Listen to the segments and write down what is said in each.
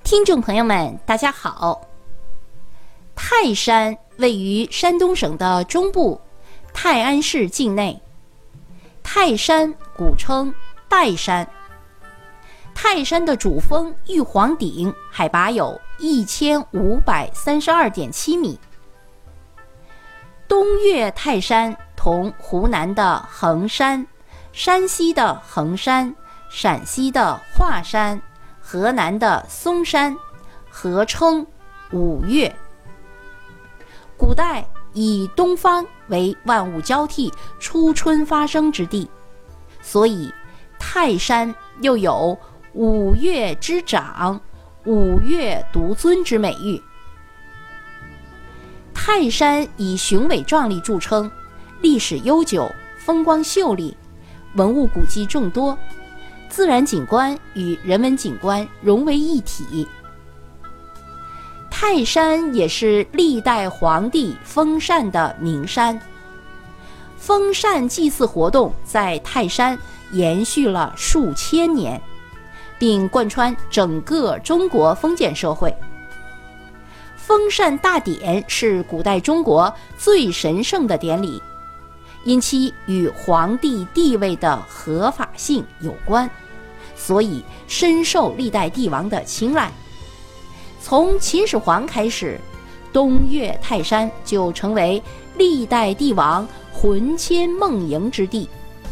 听众朋友们，大家好。泰山位于山东省的中部，泰安市境内。泰山古称岱山。泰山的主峰玉皇顶海拔有1532.7米。东岳泰山同湖南的衡山、山西的衡山、陕西的华山、河南的嵩山合称五岳。古代以东方为万物交替、初春发生之地，所以泰山又有五岳之长、五岳独尊之美誉。泰山以雄伟壮丽著称，历史悠久，风光秀丽，文物古迹众多，自然景观与人文景观融为一体。泰山也是历代皇帝封禅的名山。封禅祭祀活动在泰山延续了数千年，并贯穿整个中国封建社会。封禅大典是古代中国最神圣的典礼，因其与皇帝地位的合法性有关，所以深受历代帝王的青睐。从秦始皇开始，东岳泰山就成为历代帝王魂牵梦萦之地。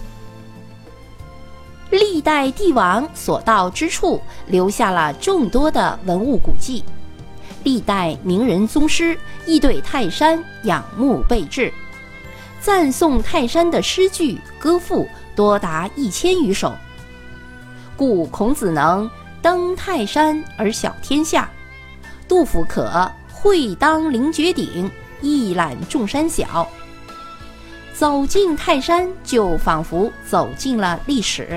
历代帝王所到之处，留下了众多的文物古迹。历代名人宗师亦对泰山仰慕备至，赞颂泰山的诗句歌赋多达1000余首。故孔子能登泰山而小天下，杜甫可会当凌绝顶，一览众山小。走进泰山，就仿佛走进了历史。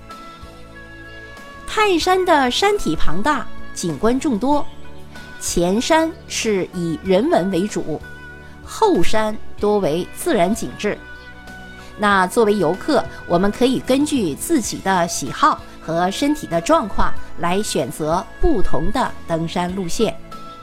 泰山的山体庞大，景观众多，前山是以人文为主，后山多为自然景致。那作为游客，我们可以根据自己的喜好和身体的状况来选择不同的登山路线。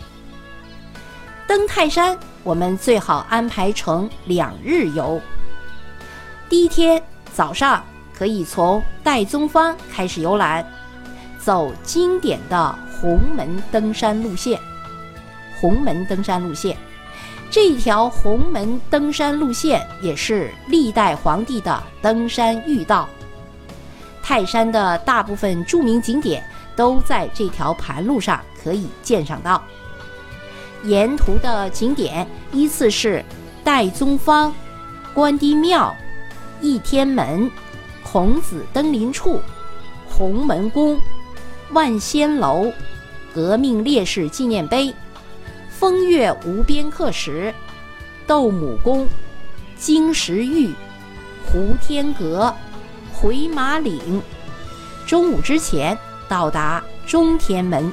登泰山，我们最好安排成2日游。第一天早上可以从岱宗坊开始游览，走经典的红门登山路线。红门登山路线，这条红门登山路线也是历代皇帝的登山御道。泰山的大部分著名景点都在这条盘路上可以见上到。沿途的景点依次是岱宗坊、关帝庙、义天门、孔子登临处、弘门宫、万仙楼、革命烈士纪念碑、风月无边刻石、斗母宫、金石玉、胡天阁、回马岭。中午之前到达中天门。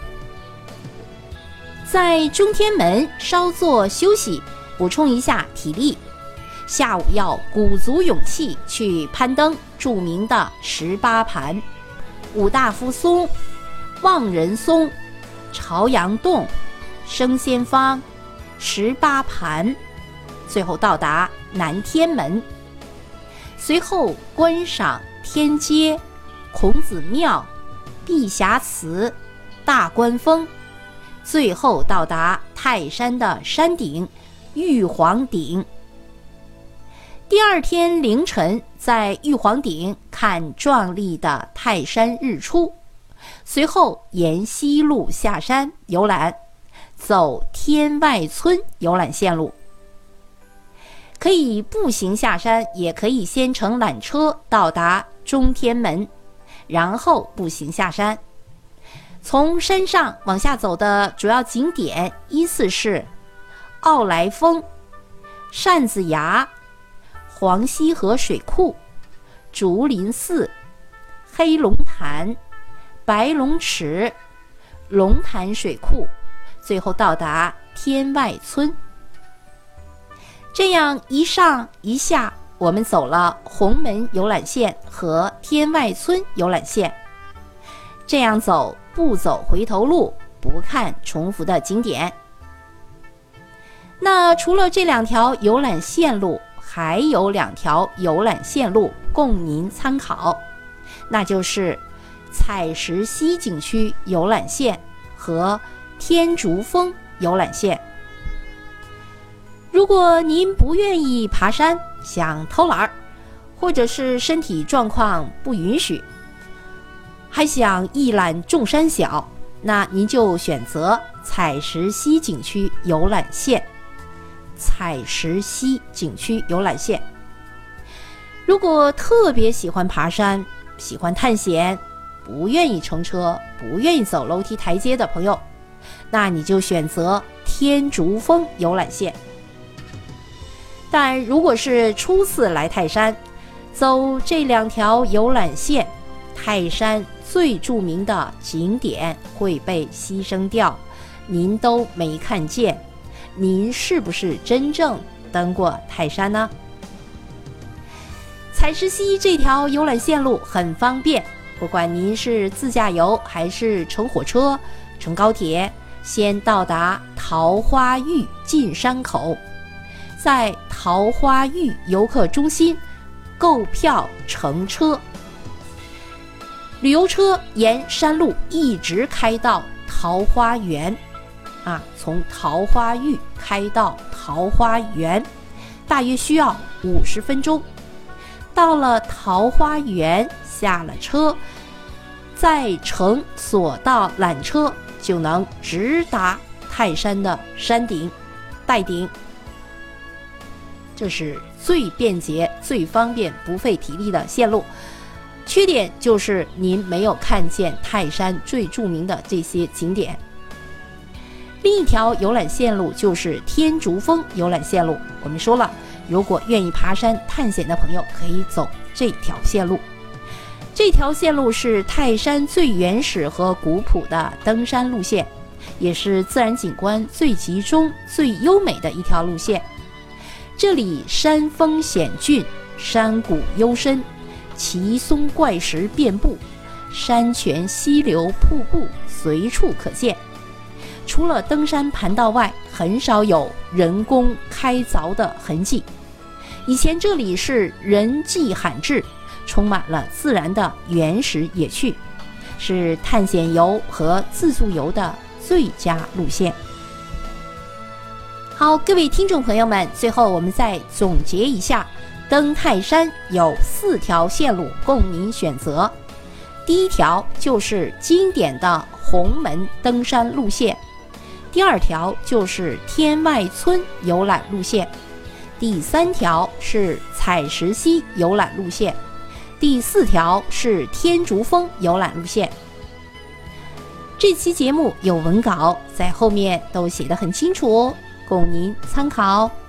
在中天门稍作休息，补充一下体力。下午要鼓足勇气去攀登著名的18盘、五大夫松、望人松、朝阳洞、升仙坊、18盘，最后到达南天门。随后观赏天街、孔子庙、碧霞祠、大观峰，最后到达泰山的山顶玉皇顶。第二天凌晨在玉皇顶看壮丽的泰山日出，随后沿西路下山游览，走天外村游览线路。可以步行下山，也可以先乘缆车到达中天门，然后步行下山。从山上往下走的主要景点依次是奥莱峰、扇子崖、黄溪河水库、竹林寺、黑龙潭、白龙池、龙潭水库，最后到达天外村。这样一上一下，我们走了红门游览线和天外村游览线。 这样走不走回头路，不看重复的景点。那除了这2条游览线路，还有2条游览线路供您参考，那就是采石溪景区游览线和天竺峰游览线。如果您不愿意爬山，想偷懒，或者是身体状况不允许，还想一览众山小，那您就选择采石溪景区游览线。采石溪景区游览线。如果特别喜欢爬山，喜欢探险，不愿意乘车，不愿意走楼梯台阶的朋友，那你就选择天竺峰游览线。但如果是初次来泰山，走这2条游览线，泰山最著名的景点会被牺牲掉，您都没看见，您是不是真正登过泰山呢？采石溪这条游览线路很方便，不管您是自驾游还是乘火车、乘高铁，先到达桃花峪进山口，在桃花峪游客中心购票乘车，旅游车沿山路一直开到桃花源从桃花峪开到桃花源，大约需要50分钟。到了桃花源，下了车，再乘索道缆车，就能直达泰山的山顶岱顶。这是最便捷、最方便、不费体力的线路。缺点就是您没有看见泰山最著名的这些景点。另一条游览线路就是天竺峰游览线路。我们说了，如果愿意爬山探险的朋友，可以走这条线路。这条线路是泰山最原始和古朴的登山路线，也是自然景观最集中、最优美的一条路线。这里山峰险峻，山谷幽深，奇松怪石遍布，山泉溪流瀑布随处可见。除了登山盘道外，很少有人工开凿的痕迹。以前这里是人迹罕至，充满了自然的原始野趣，是探险游和自助游的最佳路线。好，各位听众朋友们，最后我们再总结一下，登泰山有4条线路供您选择。第一条就是经典的红门登山路线，第2条就是天外村游览路线，第3条是采石溪游览路线，第4条是天竺峰游览路线。这期节目有文稿，在后面都写得很清楚哦，供您参考。